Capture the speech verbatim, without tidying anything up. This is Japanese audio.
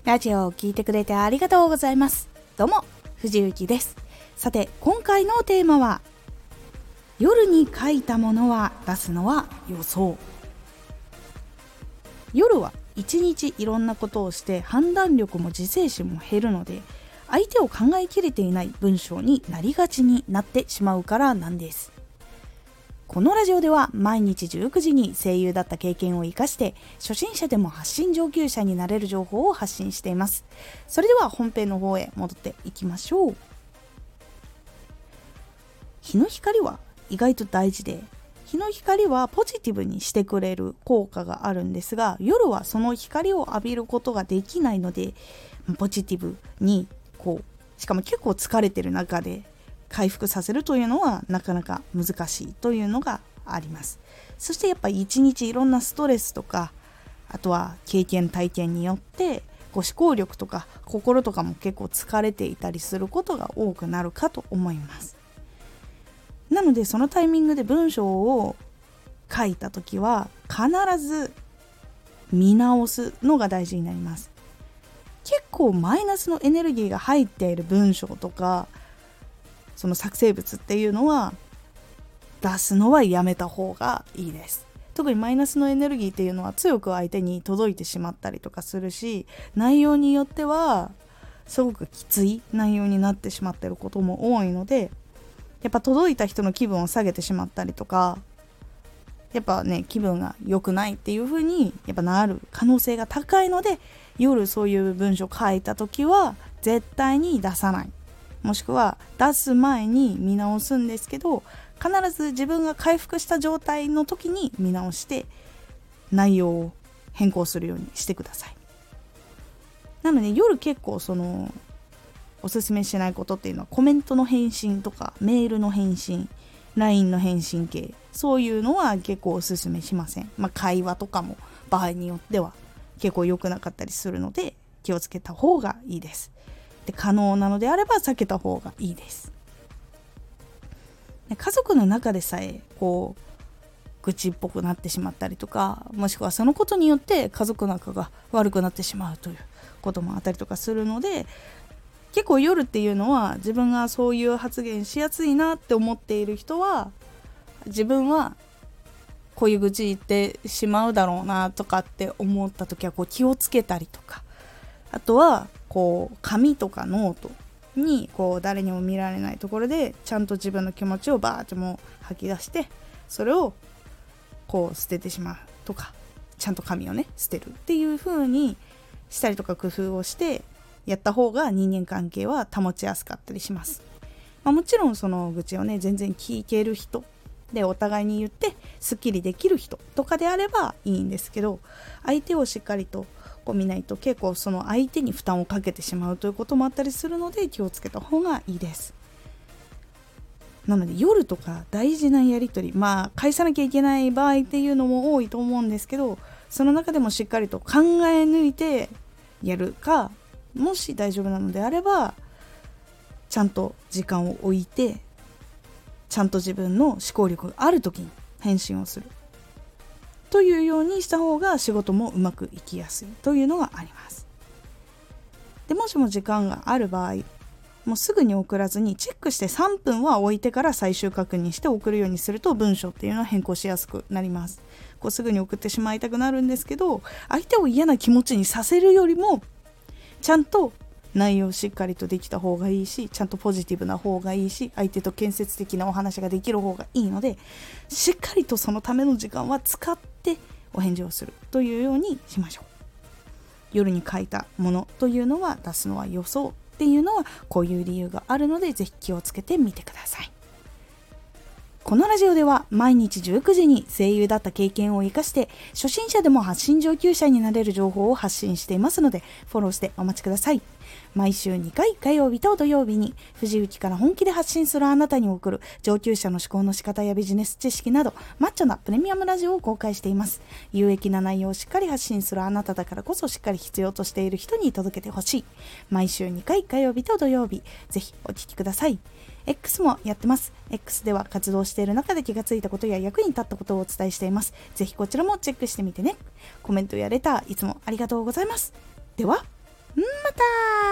ラジオを聞いてくれてありがとうございます。どうも藤幸です。さて今回のテーマは、夜に書いたものは出すのは予想。夜は一日いろんなことをして判断力も自制心も減るので、相手を考えきれていない文章になりがちになってしまうからなんです。このラジオでは毎日じゅうくじに声優だった経験を生かして初心者でも発信上級者になれる情報を発信しています。それでは本編の方へ戻っていきましょう。日の光は意外と大事で、日の光はポジティブにしてくれる効果があるんですが、夜はその光を浴びることができないので、ポジティブにこうしかも結構疲れてる中で回復させるというのはなかなか難しいというのがあります。そしてやっぱり一日いろんなストレスとか、あとは経験体験によってこう思考力とか心とかも結構疲れていたりすることが多くなるかと思います。なのでそのタイミングで文章を書いた時は必ず見直すのが大事になります。結構マイナスのエネルギーが入っている文章とか、その作成物っていうのは出すのはやめた方がいいです。特にマイナスのエネルギーっていうのは強く相手に届いてしまったりとかするし、内容によってはすごくきつい内容になってしまっていることも多いので、やっぱ届いた人の気分を下げてしまったりとか、やっぱね気分が良くないっていう風にやっぱなる可能性が高いので、夜そういう文章書いた時は絶対に出さない、もしくは出す前に見直すんですけど、必ず自分が回復した状態の時に見直して内容を変更するようにしてください。なので夜結構そのおすすめしないことっていうのは、コメントの返信とかメールの返信、 ライン の返信系、そういうのは結構おすすめしません。まあ会話とかも場合によっては結構良くなかったりするので気をつけた方がいいです。で可能なのであれば避けた方がいいです。で家族の中でさえこう愚痴っぽくなってしまったりとか、もしくはそのことによって家族仲が悪くなってしまうということもあったりとかするので、結構夜っていうのは自分がそういう発言しやすいなって思っている人は、自分はこういう愚痴言ってしまうだろうなとかって思った時はこう気をつけたりとか、あとはこう紙とかノートにこう誰にも見られないところでちゃんと自分の気持ちをバーッともう吐き出して、それをこう捨ててしまうとか、ちゃんと紙をね捨てるっていう風にしたりとか工夫をしてやった方が人間関係は保ちやすかったりします。まあ、もちろんその愚痴をね全然聞ける人でお互いに言ってスッキリできる人とかであればいいんですけど、相手をしっかりとこう見ないと結構その相手に負担をかけてしまうということもあったりするので気をつけた方がいいです。なので夜とか大事なやり取り、まあ返さなきゃいけない場合っていうのも多いと思うんですけど、その中でもしっかりと考え抜いてやるか、もし大丈夫なのであればちゃんと時間を置いて、ちゃんと自分の思考力がある時に返信をするというようにした方が仕事もうまくいきやすいというのがあります。でもしも時間がある場合、もうすぐに送らずにチェックしてさんぷんは置いてから最終確認して送るようにすると文章っていうのは変更しやすくなります。こうすぐに送ってしまいたくなるんですけど、相手を嫌な気持ちにさせるよりもちゃんと内容しっかりとできた方がいいし、ちゃんとポジティブな方がいいし、相手と建設的なお話ができる方がいいので、しっかりとそのための時間は使ってお返事をするというようにしましょう。夜に書いたものというのは出すのは予想っていうのはこういう理由があるので、ぜひ気をつけてみてください。このラジオでは毎日じゅうくじに声優だった経験を生かして初心者でも発信上級者になれる情報を発信していますので、フォローしてお待ちください。毎週にかい、火曜日と土曜日に藤幸から本気で発信するあなたに送る上級者の思考の仕方やビジネス知識などマッチョなプレミアムラジオを公開しています。有益な内容をしっかり発信するあなただからこそ、しっかり必要としている人に届けてほしい。毎週にかい、火曜日と土曜日、ぜひお聞きください。X もやってます。X では活動している中で気がついたことや役に立ったことをお伝えしています。ぜひこちらもチェックしてみてね。コメントやレターいつもありがとうございます。ではまた。